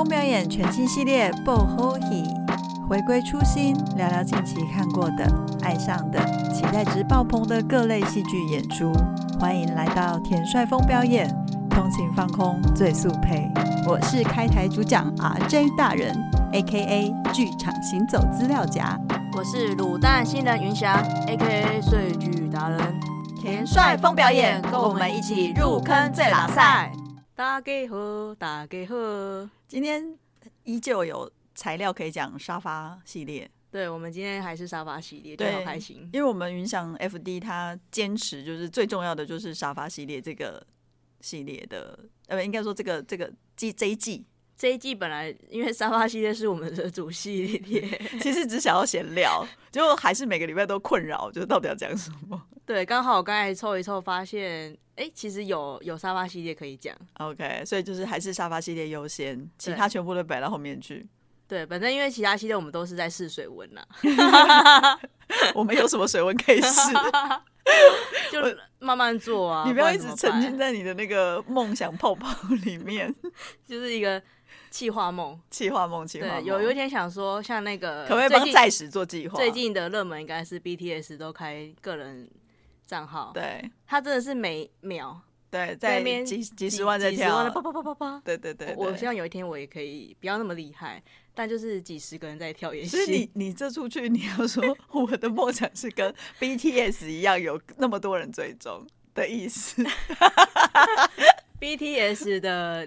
风表演全新系列《爆好戏》，回归初心，聊聊近期看过的、爱上的、期待值爆棚的各类戏剧演出。欢迎来到田帅风表演，通勤放空最速配。我是开台主讲 RJ 大人 ，AKA 剧场行走资料夹。 我是卤蛋新人云翔 ，AKA 水剧达人。 田帅风表演，跟我们一起入坑最拉赛。 大家好，大家好。 今天依旧有材料可以讲沙发系列。 对，我们今天还是沙发系列，对，好开心。 因为我们云翔 FD 他坚持就是最重要的就是沙发系列这个系列的，应该说这一季本来因为沙发系列是我们的主系列， 其实只想要闲聊，结果还是每个礼拜都困扰，就是到底要讲什么。 对，刚好我刚才凑一凑，发现其实有沙发系列可以讲。 OK， 所以就是还是沙发系列优先，其他全部都摆到后面去。 对，反正因为其他系列我们都是在试水温啦。 我们有什么水温可以试？ 就慢慢做啊！ 你不要一直沉浸在你的那个梦想泡泡里面， 就是一个企划梦。 对， 有一天想说，像那个可不可以帮在时做计划？ 最近的热门应该是 BTS 都开个人账号， 对， 他真的是每秒对在那边几十万在跳， 几十万的啪啪啪啪啪。 对， 我希望有一天我也可以不要那么厉害，但就是几十个人在跳也行。 所以你这出去你要说我的梦想是跟 BTS 一样有那么多人追踪的意思。 BTS 的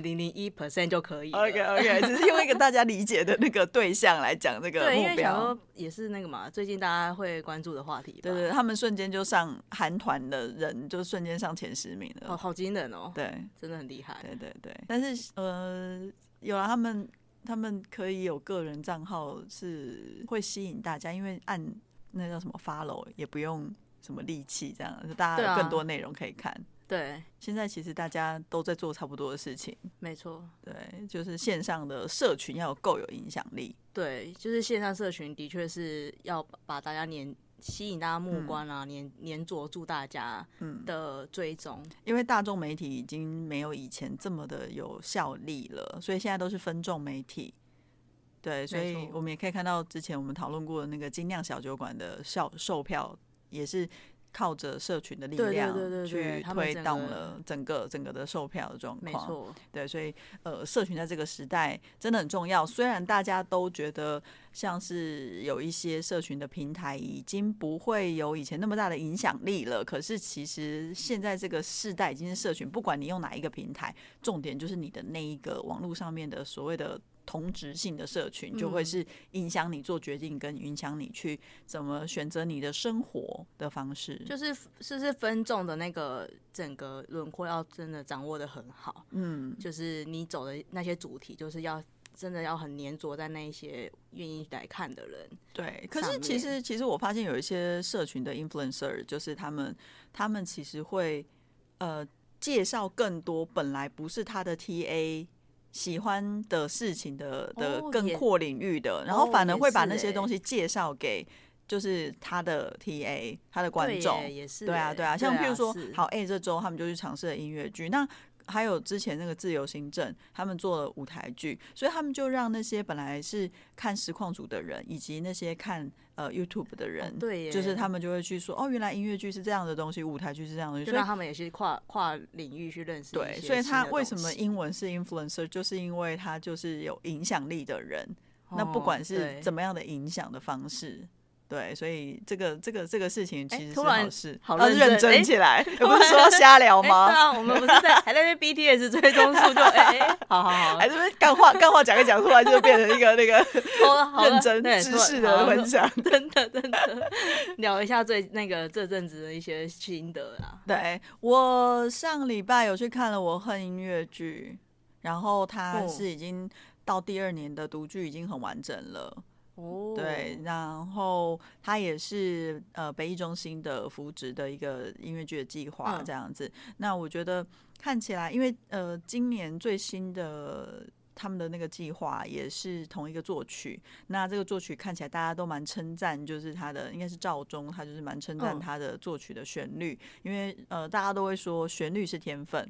0.001% 就可以了。 OK， 只是用一个大家理解的那个对象来讲这个目标。 对，因为想说也是那个嘛，最近大家会关注的话题吧。 对，他们瞬间就上韩团的人，就瞬间上前10名了。 好惊人哦！ 对， 真的很厉害。 对，但是有了他们可以有个人账号，是会吸引大家，因为按那叫什么 follow 也不用什么力气，这样大家有更多内容可以看。 对， 现在其实大家都在做差不多的事情。 没错， 对，就是线上的社群要够有影响力。 对，就是线上社群的确是要把大家吸引大家目光啊，黏着住大家的追踪。 因为大众媒体已经没有以前这么的有效力了，所以现在都是分众媒体。对，所以我们也可以看到之前我们讨论过的那个精酿小酒馆的售票也是靠着社群的力量去推动了整个的售票的状况。没错，对，所以社群在这个时代真的很重要。虽然大家都觉得像是有一些社群的平台已经不会有以前那么大的影响力了，可是其实现在这个世代已经是社群，不管你用哪一个平台，重点就是你的那一个网络上面的所谓的同质性的社群，就会是影响你做决定跟影响你去怎么选择你的生活的方式。 就是分众的那个整个轮廓要真的掌握的很好。就是你走的那些主题，就是要真的要很黏着在那一些愿意来看的人。 对，可是其实我发现有一些社群的 influencer， 就是他们其实会介绍更多本来不是他的 TA喜欢的事情的更扩领域的，然后反而会把那些东西介绍给就是他的 TA 他的观众。 也是， 对啊，像譬如说好这周他们就去尝试了音乐剧，那还有之前那个自由行政他们做了舞台剧，所以他们就让那些本来是看实况组的人以及那些看YouTube 的人，就是他们就会去说原来音乐剧是这样的东西，舞台剧是这样的东西， 就让他们也是跨领域去认识。 对，所以他为什么英文是 influencer， 就是因为他就是有影响力的人，那不管是怎么样的影响的方式。对，所以这个事情其实是好事， 好认真起来，不是说瞎聊吗？ 对啊，我们不是还在那边 BTS 追踪数就好， 还这边干话讲一讲，突然就变成一个那个认真知识的分享， 真的聊一下这阵子的一些心得啦。 对，我上礼拜有去看了《我恨音乐剧》，然后它是已经到第2年的读剧，已经很完整了。对，然后它也是北艺中心的扶植的一个音乐剧的计划这样子。那我觉得看起来，因为今年最新的他们的那个计划也是同一个作曲，那这个作曲看起来大家都蛮称赞，就是他的应该是赵忠，他就是蛮称赞他的作曲的旋律，因为大家都会说旋律是天分。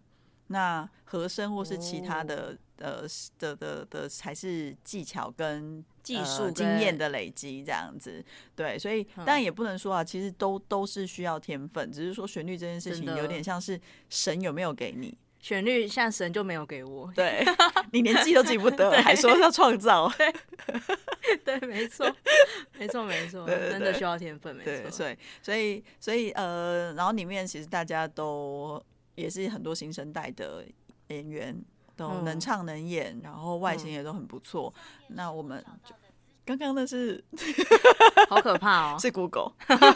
那和声或是其他的才是技巧跟技术经验的累积这样子。对，所以当然也不能说啊，其实都是需要天分，只是说旋律这件事情有点像是神有没有给你。 旋律像神就没有给我， 对，你连自己都记不得，还说要创造。 对，没错，没错，没错，真的需要天分，没错。 所以然后里面其实大家都也是很多新生代的演员，都能唱能演，然后外形也都很不错。那我们就刚刚那是好可怕哦， 是 Google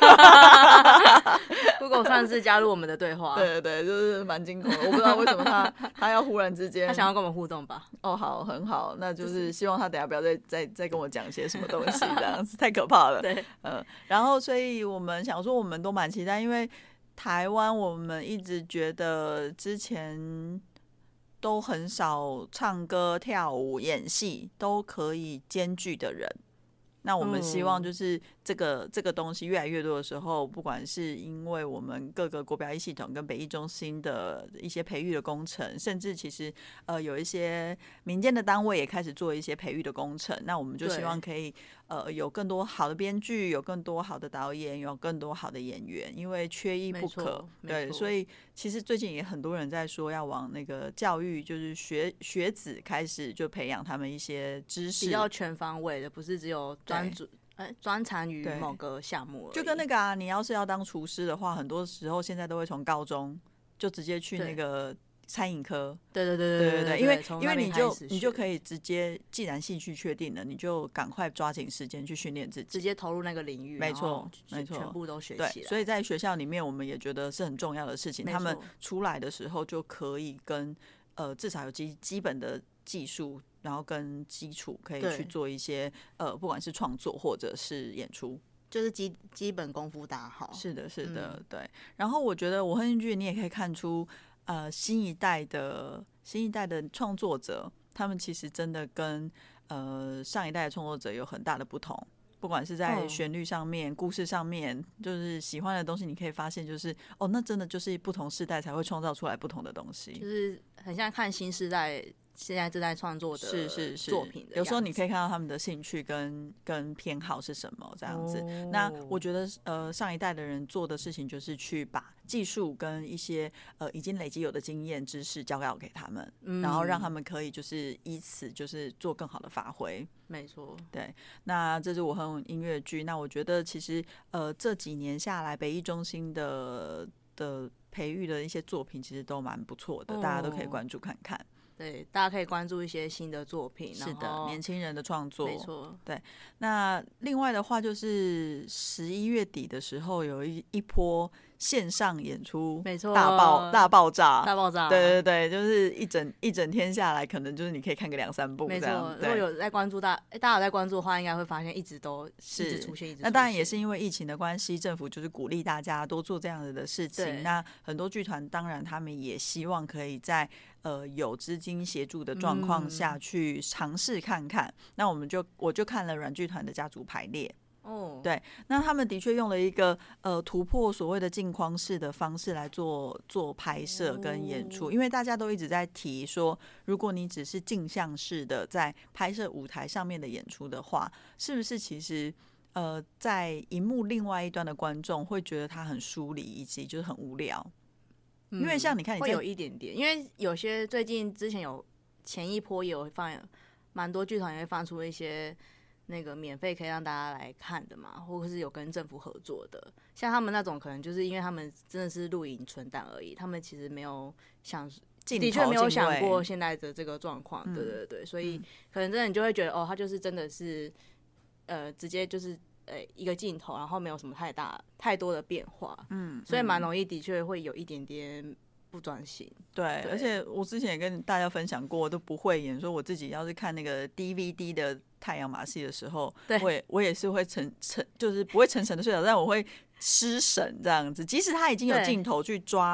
上次加入我们的对话， 对，就是蛮惊恐的。我不知道为什么他要忽然之间， 他想要跟我们互动吧？ 哦，好，很好，那就是希望他等一下不要再跟我讲些什么东西，这样子太可怕了。 对， 然后所以我们想说，我们都蛮期待，因为台湾我们一直觉得之前都很少唱歌、跳舞、演戏都可以兼具的人。那我们希望就是这个东西越来越多的时候，不管是因为我们各个国表艺系统跟北艺中心的一些培育的工程，甚至其实有一些民间的单位也开始做一些培育的工程，那我们就希望可以有更多好的编剧，有更多好的导演，有更多好的演员，因为缺一不可。对，所以其实最近也很多人在说要往那个教育，就是学子开始就培养他们一些知识， 比较全方位的，不是只有专长于某个项目而已。 就跟那个啊，你要是要当厨师的话，很多时候现在都会从高中就直接去那个餐饮科。 对， 因为你就可以直接，既然兴趣确定了，你就赶快抓紧时间去训练自己， 直接投入那个领域。没错，全部都学起来。 所以在学校里面，我们也觉得是很重要的事情。他们出来的时候就可以跟至少有基本的技术，然后跟基础可以去做一些不管是创作或者是演出， 就是基本功夫打好。 是的，对。然后我觉得我和英剧你也可以看出，新一代的创作者，他们其实真的跟上一代的创作者有很大的不同。不管是在旋律上面、故事上面，就是喜欢的东西，你可以发现，就是那真的就是不同世代才会创造出来不同的东西， 就是很像看新世代现在正在创作的作品的， 有时候你可以看到他们的兴趣跟偏好是什么这样子。那我觉得上一代的人做的事情就是去把技术跟一些已经累积有的经验知识交给他们，然后让他们可以就是以此就是做更好的发挥。 没错， 对。那这是我和音乐剧。那我觉得其实这几年下来，北艺中心的培育的一些作品其实都蛮不错的，大家都可以关注看看。 对，大家可以关注一些新的作品， 是的，年轻人的创作， 没错。 对，那另外的话就是11月底的时候有一波线上演出， 没错， 大爆炸， 对， 就是一整天下来，可能就是你可以看个2-3部， 没错。如果有在关注大家有在关注的话，应该会发现一直出现， 那当然也是因为疫情的关系，政府就是鼓励大家多做这样子的事情。那很多剧团当然他们也希望可以在有资金协助的状况下去尝试看看。那我就看了软剧团的家族排列。对，那他们的确用了一个突破所谓的镜框式的方式来做拍摄跟演出，因为大家都一直在提说，如果你只是镜像式的在拍摄舞台上面的演出的话，是不是其实在荧幕另外一端的观众会觉得它很疏离，以及就是很无聊。因为像你看， 会有一点点，因为有些之前有前一波也有放，蛮多剧团也会放出一些那个免费可以让大家来看的嘛，或者是有跟政府合作的，像他们那种可能就是因为他们真的是录影存档而已，他们其实没有的确没有想过现在的这个状况，对，所以可能真的你就会觉得他就是真的是直接就是一个镜头，然后没有什么太多的变化，所以蛮容易的确会有一点点不专心。 对，而且我之前也跟大家分享过，我都不会演，说我自己要是看那个 DVD 的太阳马戏的时候，我也是会就是不会沉沉的睡着，但我会失神这样子。即使他已经有镜头去抓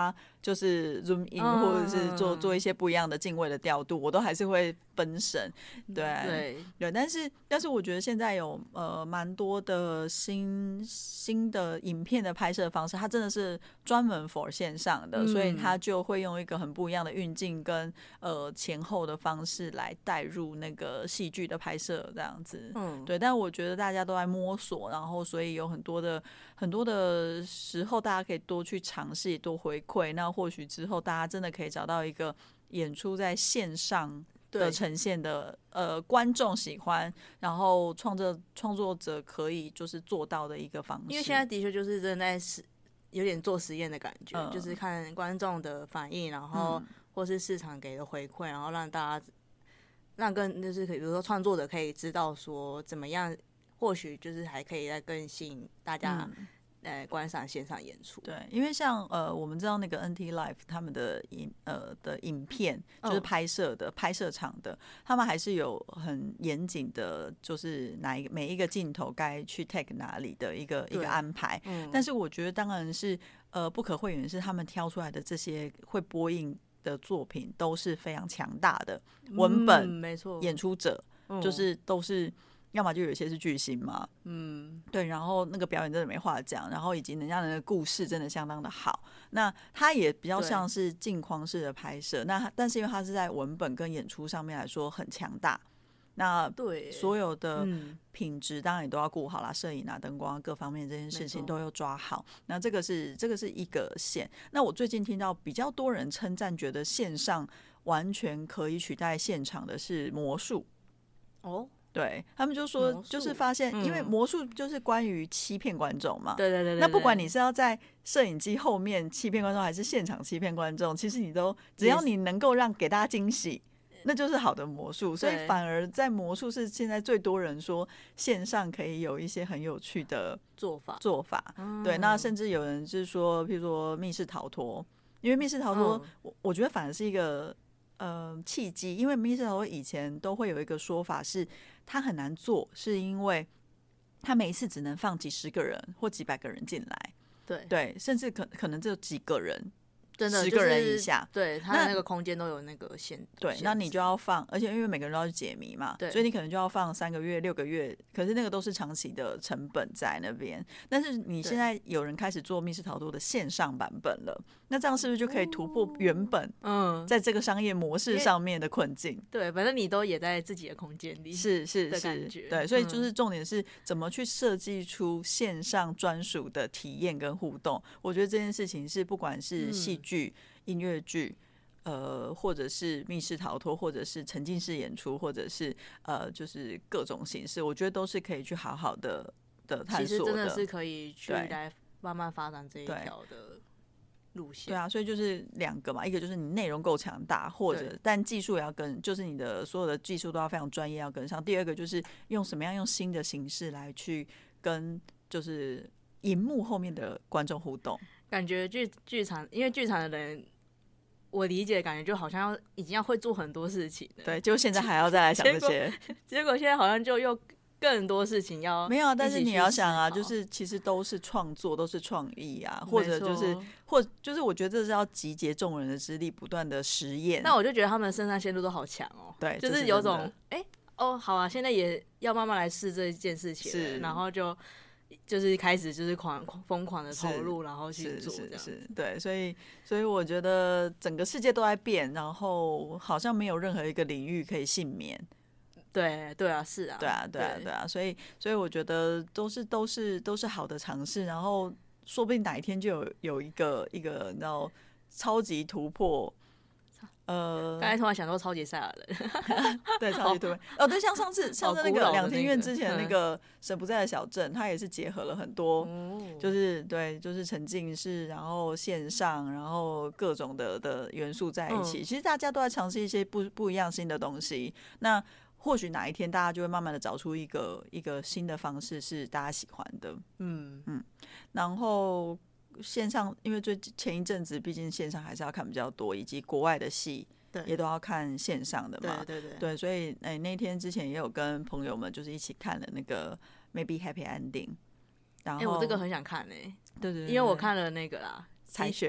就是 zoom in，或者是做一些不一样的镜位的调度，我都还是会分神。对，但是我觉得现在有蛮多的新的影片的拍摄方式，它真的是专门 for 线上的，所以它就会用一个很不一样的运镜跟前后的方式来带入那个戏剧的拍摄这样子。对，但我觉得大家都在摸索，然后所以有很多的时候，大家可以多去尝试，也多回馈。那或许之后大家真的可以找到一个演出在线上的呈现的观众喜欢，然后创作者可以就是做到的一个方式。 因为现在的确就是正在有点做实验的感觉，就是看观众的反应，然后或是市场给的回馈，然后让大家就是比如说创作者可以知道说怎么样，或许就是还可以再更吸引大家观赏线上演出。 对，因为像我们知道那个 NT Live 他们的影片就是拍摄场的，他们还是有很严谨的，就是每一个镜头该去 take 哪里的一个安排。但是我觉得当然是不可讳言是他们挑出来的这些会播映的作品都是非常强大的文本， 没错， 演出者就是都是。要么就有一些是巨星嘛，对，然后那个表演真的没话讲，然后以及人家的故事真的相当的好，那它也比较像是镜框式的拍摄，但是因为它是在文本跟演出上面来说很强大，那对所有的品质当然也都要顾好啦，摄影啊、灯光各方面这件事情都要抓好。那这个是一个线。那我最近听到比较多人称赞，觉得线上完全可以取代现场的是魔术。对，他们就说就是发现，因为魔术就是关于欺骗观众嘛。 对。 那不管你是要在摄影机后面欺骗观众，还是现场欺骗观众，其实只要你能够给大家惊喜，那就是好的魔术。所以反而在魔术是现在最多人说线上可以有一些很有趣的做法。对，那甚至有人就是说，譬如说密室逃脱，因为密室逃脱，我觉得反而是一个。契机，因为密室逃脱以前都会有一个说法是，它很难做，是因为它每一次只能放几十个人或几百个人进来，对，甚至可能只有几个人， 真的 10个人以下， 对，它的那个空间都有那个限， 对，那你就要放，而且因为每个人都要去解谜嘛，所以你可能就要放3个月、6个月，可是那个都是长期的成本在那边。但是你现在有人开始做密室逃脱的线上版本了，那这样是不是就可以突破原本在这个商业模式上面的困境？ 对，反正你都也在自己的空间里， 是的感觉，对，所以就是重点是怎么去设计出线上专属的体验跟互动。我觉得这件事情是不管是戏剧、音乐剧。或者是密室逃脱，或者是沉浸式演出，或者是就是各种形式，我觉得都是可以去好好的探索的。 其实真的是可以去来慢慢发展这一条的路线。 对啊，所以就是2个嘛，一个就是你内容够强大，或者但技术也要跟，就是你的所有的技术都要非常专业，要跟上。第二个就是用新的形式来去跟就是荧幕后面的观众互动。 感觉剧场，因为剧场的人。我理解的感觉就好像已经要会做很多事情了， 对，就现在还要再来想这些， 结果现在好像就又更多事情要没有，但是你要想啊，就是其实都是创作，都是创意啊，或者就是我觉得这是要集结众人的之力，不断的实验。 那我就觉得他们生产线路都好强哦， 对， 就是有种好啊，现在也要慢慢来试这一件事情了，然后就是开始就是疯狂的投入，然后去做这样子。 对，所以我觉得整个世界都在变，然后好像没有任何一个领域可以幸免。 对啊，是啊， 对啊，所以我觉得都是好的尝试，然后说不定哪一天就有一个你知道超级突破。 刚才突然想到超级赛亚人， 对，超级突破对，像上次那个两厅院之前那个神不在的小镇，它也是结合了很多，就是沉浸式，然后线上，然后各种的元素在一起。其实大家都在尝试一些不一样新的东西。那或许哪一天大家就会慢慢的找出一个新的方式是大家喜欢的。然后。线上，因为前一阵子，毕竟线上还是要看比较多，以及国外的戏也都要看线上的嘛。对，所以那天之前也有跟朋友们就是一起看了那个 Maybe Happy Ending。然后我这个很想看对， 因为我看了那个啦， 才学。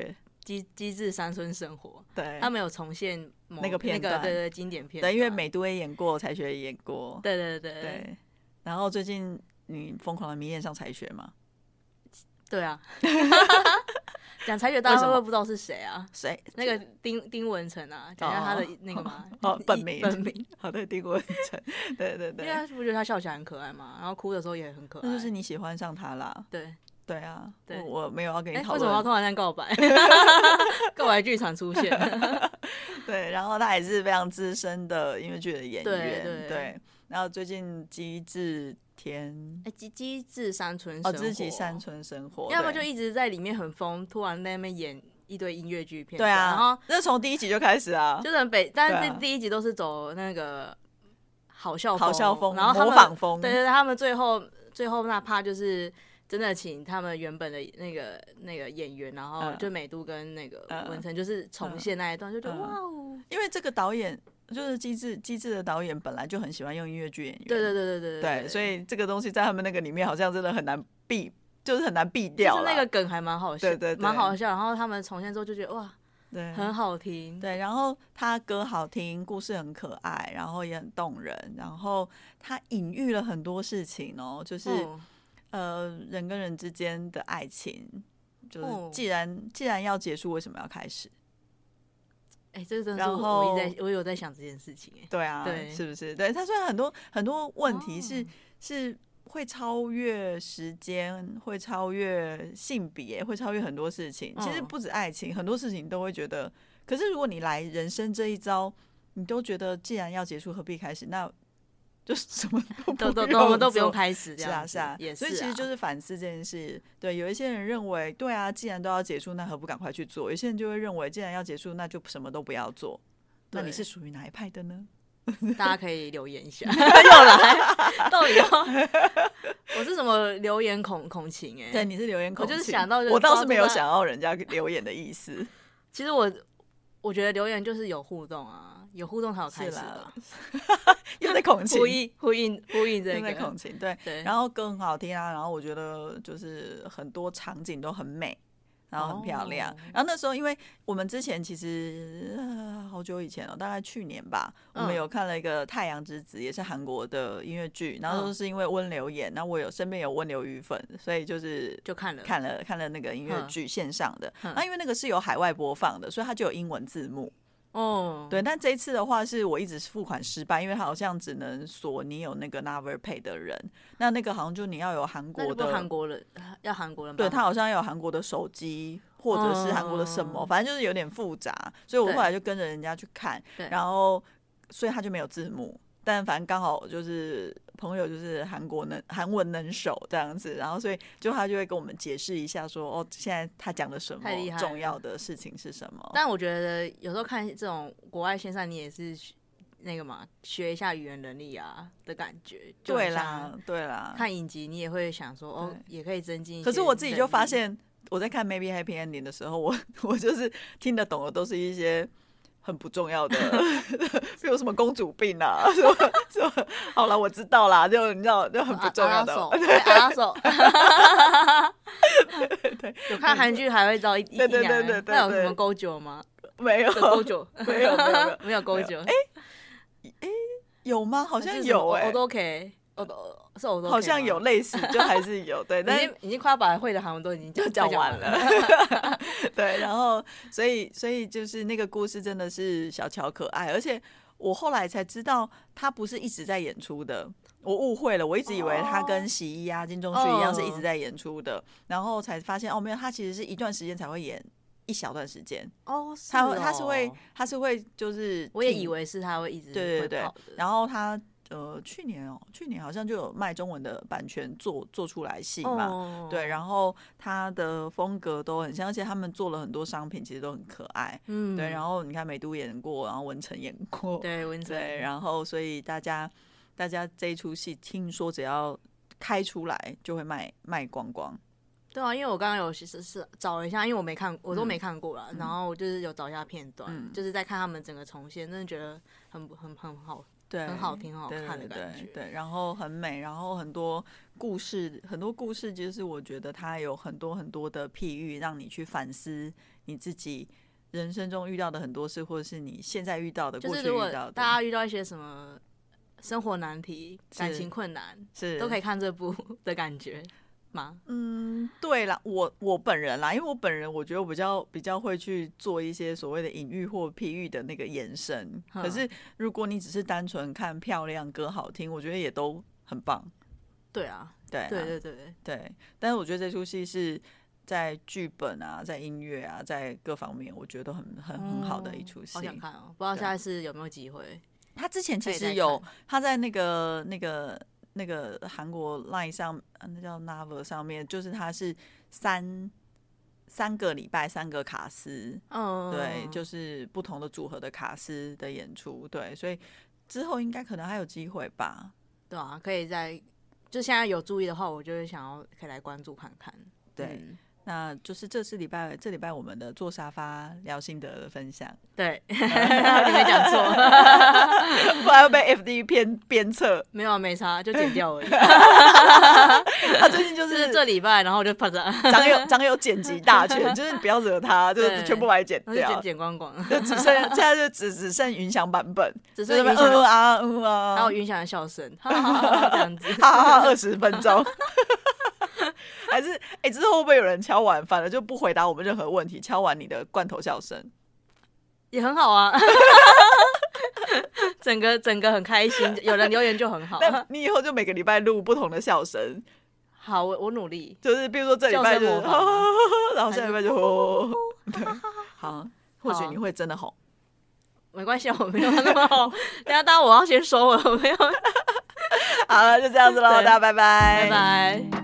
机智山村生活， 对， 他们有重现那个片段， 对经典片段， 对，因为美都也演过，才学也演过， 对。 然后最近你疯狂的迷恋上才学吗？ 对啊，讲才学大家会不会不知道是谁啊？ 谁？ 那个丁文成啊，讲一下他的那个嘛， 本名。好的， 丁文成，对，因为他不觉得他笑起来很可爱嘛，然后哭的时候也很可爱， 那就是你喜欢上他啦。对啊，我没有要跟你讨论， 为什么要突然告白？告白剧场出现， 对，然后他也是非常资深的音乐剧的演员， 对， 然后最近机智山村生活， 机智山村生活， 要么就一直在里面很疯，突然在那边演一堆音乐剧片， 对啊， 然后那从第1集就开始啊， 就是但是第1集都是走那个好笑风，然后模仿风， 对，他们最后那趴就是真的请他们原本的那个演员，然后就美都跟那个文成就是重现那一段，就觉得哇哦， 因为这个导演就是机智的导演本来就很喜欢用音乐剧演员， 对， 所以这个东西在他们那个里面好像真的很难避，就是很难避掉， 就是那个梗还蛮好笑， 对， 蛮好笑，然后他们重现之后就觉得哇， 对， 很好听， 对，然后他歌好听，故事很可爱，然后也很动人，然后他隐喻了很多事情哦，就是人跟人之间的爱情，就是既然要结束，为什么要开始？ 这真的是我有在想这件事情， 对啊，对，是不是？对，他虽然很多问题是会超越时间，会超越性别，会超越很多事情。其实不止爱情，很多事情都会觉得。可是如果你来人生这一招，你都觉得既然要结束，何必开始？那就什么都不用开始， 是啊， 也是所以其实就是反思这件事。对，有一些人认为，对啊，既然都要结束，那何不赶快去做？有些人就会认为，既然要结束，那就什么都不要做。那你是属于哪一派的呢？ 大家可以留言一下。又来，到底我是什么留言恐情？ 对，你是留言恐情。我就是想到， 我倒是没有想要人家留言的意思。 其实我觉得留言就是有互动啊，有互动才有开始吧。 又在恐情， 呼应这个， 又在恐情，对。然后歌很好听啊，然后我觉得就是很多场景都很美，然后很漂亮。然后那时候，因为我们之前其实好久以前大概去年吧，我们有看了一个《太阳之子》，也是韩国的音乐剧。然后都是因为温流演，那我身边有温流鱼粉，所以就看了那个音乐剧线上的。那因为那个是有海外播放的，所以它就有英文字幕。对，但这一次的话是我一直付款失败，因为它好像只能锁你有那个 Naver Pay 的人，那个好像就你要有韩国的韩国人，要韩国人， 对，他好像要有韩国的手机或者是韩国的什么，反正就是有点复杂，所以我后来就跟着人家去看，然后所以他就没有字幕。但反正刚好就是朋友就是韩文能手这样子，然后所以他就会跟我们解释一下说现在他讲的什么重要的事情是什么。 但我觉得有时候看这种国外线上，你也是那个嘛，学一下语言能力啊的感觉。 对啦， 看影集你也会想说也可以增进一些。 可是我自己就发现，我在看 Maybe Happy Ending 的时候，我就是听得懂的都是一些很不重要的，比如什么公主病啊，什么好了，我知道啦，就你知道，就很不重要的。 阿拉手，对，有看韩剧还会知道一点。对，那有什么勾九吗？ 没有勾九， 没有勾九。 有吗？好像有我都 OK。是我好像有类似，就还是有对，但已经快要把会的韩文都已经讲完了。对，然后所以就是那个故事真的是小巧可爱，而且我后来才知道他不是一直在演出的，我误会了，我一直以为他跟洗衣啊、金钟旭一样是一直在演出的，然后才发现没有，他其实是一段时间才会演一小段时间。他是会就是我也以为是他会一直对，然后他。去年好像就有卖中文的版权做出来戏嘛，对，然后他的风格都很像，而且他们做了很多商品，其实都很可爱，对，然后你看美都演过，然后文成演过， 对，文成， 对，然后所以大家这一出戏听说只要开出来就会卖光光。 对啊，因为我刚刚有是找了一下，因为我都没看过啦，然后我就是有找一下片段，就是在看他们整个重现，真的觉得很对， 很好听很好看的感觉。 对，然后很美，然后很多故事，就是我觉得它有很多很多的譬喻，让你去反思你自己人生中遇到的很多事，或者是你现在遇到的、过去遇到的。 就是如果大家遇到一些什么生活难题、感情困难，都可以看这部的感觉吗？ 对啦，我本人啦，因为我本人我觉得我比较会去做一些所谓的隐喻或譬喻的那个延伸。可是如果你只是单纯看漂亮、歌好听，我觉得也都很棒。 对啊， 对。但是我觉得这出戏是在剧本啊、在音乐啊、在各方面，我觉得都很好的一出戏。 好想看哦，不知道下一次有没有机会。 他之前其实有，他在那个韩国 Line 上，那叫 Naver 上面，就是他是三个礼拜3个卡司，对，就是不同的组合的卡司的演出，对，所以之后应该可能还有机会吧。 对啊，可以就现在有注意的话，我就会想要可以来关注看看。 对。那就是这礼拜我们的坐沙发聊心得的分享。 对，你没讲错， 不然会被 FD 鞭策。 没有，没差，就剪掉而已。 他最近就是这礼拜，然后我就拍着掌有剪辑大权，就是你不要惹他，就是全部把它剪掉， 剪光光， 就现在就只剩云响版本， 只剩云响还有云响的笑声，这样子 ，20分钟。还是之后会不会有人敲完，反而就不回答我们任何问题，敲完你的罐头笑声也很好啊。整个很开心，有人留言就很好。 那你以后就每个礼拜录不同的笑声。 好，我努力。 就是比如说这礼拜就然后下礼拜就好，或许你会真的红。 没关系，我没有那么红。等下我要先收了，我没有。 好了，就这样子喽，大家拜拜， 拜拜。